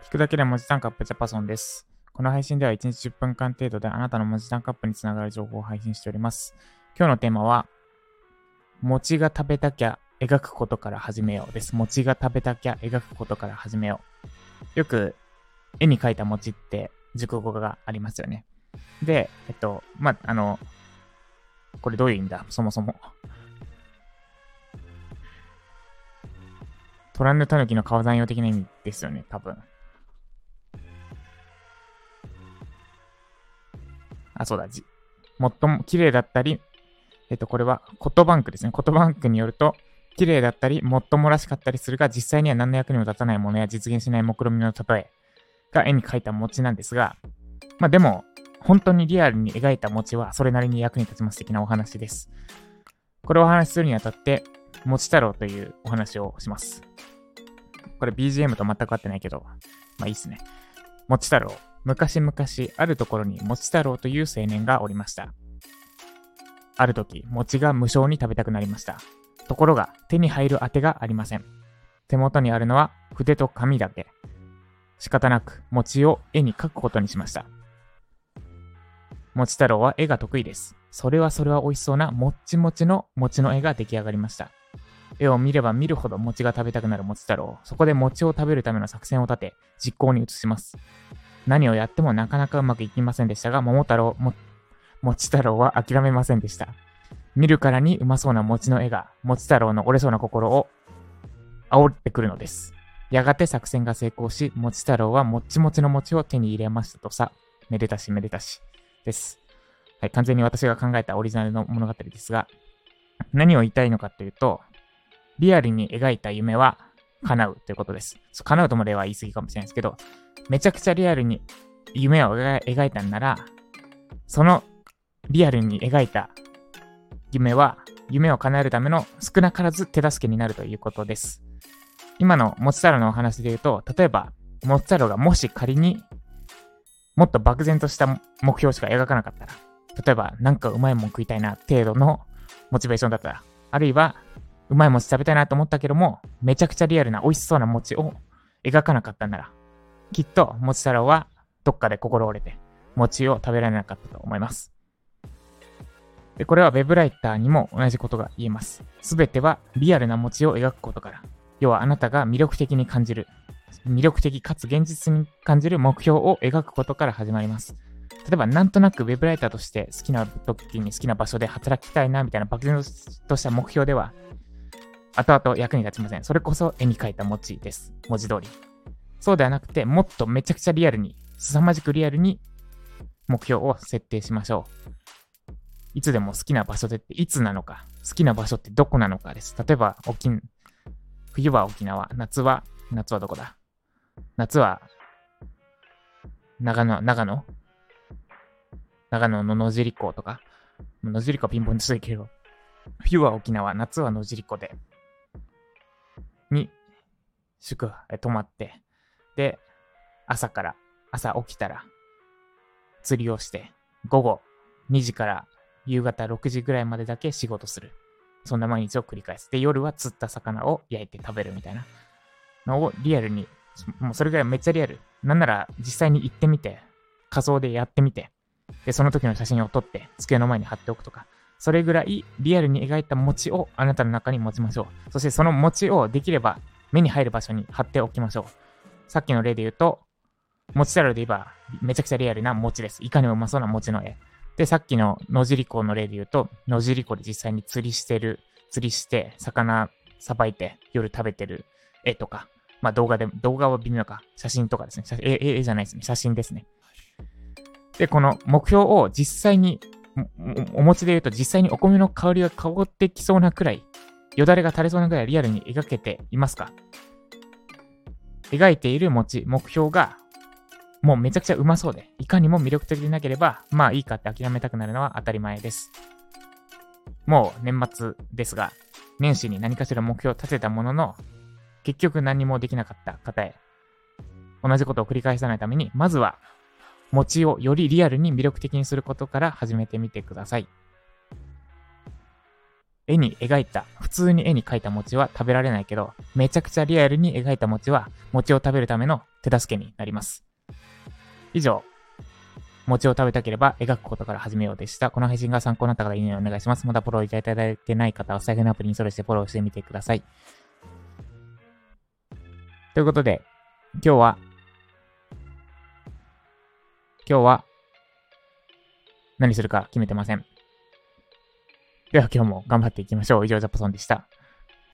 聞くだけで文字単価アップジャパソンです。この配信では1日10分間程度であなたの文字単価アップにつながる情報を配信しております。今日のテーマは、餅が食べたきゃ描くことから始めようです。餅が食べたきゃ描くことから始めよう。よく絵に描いた餅って熟語がありますよね。で、これどういう意味だそもそも。虎の狸の川山用的な意味ですよね、多分。そうだ、最も綺麗だったり、これはコトバンクですね。コトバンクによると、綺麗だったり、もっともらしかったりするが、実際には何の役にも立たないものや実現しない目論見みの例えが絵に描いた餅なんですが、でも、本当にリアルに描いた餅はそれなりに役に立ちます的なお話です。これをお話しするにあたって、餅太郎というお話をします。これ BGM と全く合ってないけど、いいっすね。餅太郎。昔々、あるところに餅太郎という青年がおりました。ある時、餅が無償に食べたくなりました。ところが、手に入る当てがありません。手元にあるのは筆と紙だけ。仕方なく、餅を絵に描くことにしました。餅太郎は絵が得意です。それは美味しそうなもっちもちの餅の絵が出来上がりました。絵を見れば見るほど餅が食べたくなる餅太郎。そこで餅を食べるための作戦を立て、実行に移します。何をやってもなかなかうまくいきませんでしたが、餅太郎は諦めませんでした。見るからにうまそうな餅の絵が、餅太郎の折れそうな心を煽ってくるのです。やがて作戦が成功し、餅太郎はもっちもちの餅を手に入れましたとさ、めでたしめでたしです。はい、完全に私が考えたオリジナルの物語ですが、何を言いたいのかというと、リアルに描いた夢は叶うということです。叶うとまでは言い過ぎかもしれないですけど、めちゃくちゃリアルに夢を描いたんなら、そのリアルに描いた夢は、夢を叶えるための少なからず手助けになるということです。今のもち太郎のお話で言うと、例えば、もち太郎がもし仮にもっと漠然とした目標しか描かなかったら、例えば、なんかうまいもん食いたいな程度のモチベーションだったら、あるいは、うまい餅食べたいなと思ったけども、めちゃくちゃリアルな美味しそうな餅を描かなかったんなら、きっと、もち太郎はどっかで心折れて、餅を食べられなかったと思います。で、これは Web ライターにも同じことが言えます。すべてはリアルな餅を描くことから、要はあなたが魅力的に感じる、魅力的かつ現実に感じる目標を描くことから始まります。例えば、なんとなく Web ライターとして好きな時に好きな場所で働きたいな、みたいな漠然とした目標では、後々役に立ちません。それこそ絵に描いた餅です。文字通り。そうではなくて、もっとめちゃくちゃリアルに、凄まじくリアルに目標を設定しましょう。いつでも好きな場所でっていつなのか、好きな場所ってどこなのかです。例えば、冬は沖縄、夏はどこだ？夏は長野の野尻湖とか、野尻湖はピンポイントするけど、冬は沖縄、夏は野尻湖で、泊まって、で、朝起きたら、釣りをして、午後2時から夕方6時ぐらいまでだけ仕事する。そんな毎日を繰り返す。で、夜は釣った魚を焼いて食べるみたいなのをリアルに、もうそれぐらいめっちゃリアル。なんなら実際に行ってみて、仮想でやってみて、で、その時の写真を撮って机の前に貼っておくとか、それぐらいリアルに描いた餅をあなたの中に持ちましょう。そしてその餅をできれば目に入る場所に貼っておきましょう。さっきの例で言うと、餅太郎で言えばめちゃくちゃリアルな餅です。いかにもうまそうな餅の絵。で、さっきの野尻湖の例で言うと、野尻湖で実際に釣りして、魚さばいて夜食べてる絵とか、動画は微妙か、写真とかですね。絵じゃないですね。写真ですね。で、この目標を実際に、お餅で言うと実際にお米の香りが香ってきそうなくらい、よだれが垂れそうなくらいリアルに描けていますか？描いている目標が、もうめちゃくちゃうまそうで、いかにも魅力的でなければ、いいかって諦めたくなるのは当たり前です。もう年末ですが、年始に何かしら目標を立てたものの、結局何もできなかった方へ、同じことを繰り返さないために、まずは、餅をよりリアルに魅力的にすることから始めてみてください。普通に絵に描いた餅は食べられないけど、めちゃくちゃリアルに描いた餅は、餅を食べるための手助けになります。以上、餅を食べたければ描くことから始めようでした。この配信が参考になった方、いいねお願いします。まだフォローいただいてない方は、最後のアプリにそれしてフォローしてみてください。ということで、今日は、何するか決めてません。では今日も頑張っていきましょう。以上、ジャパソンでした。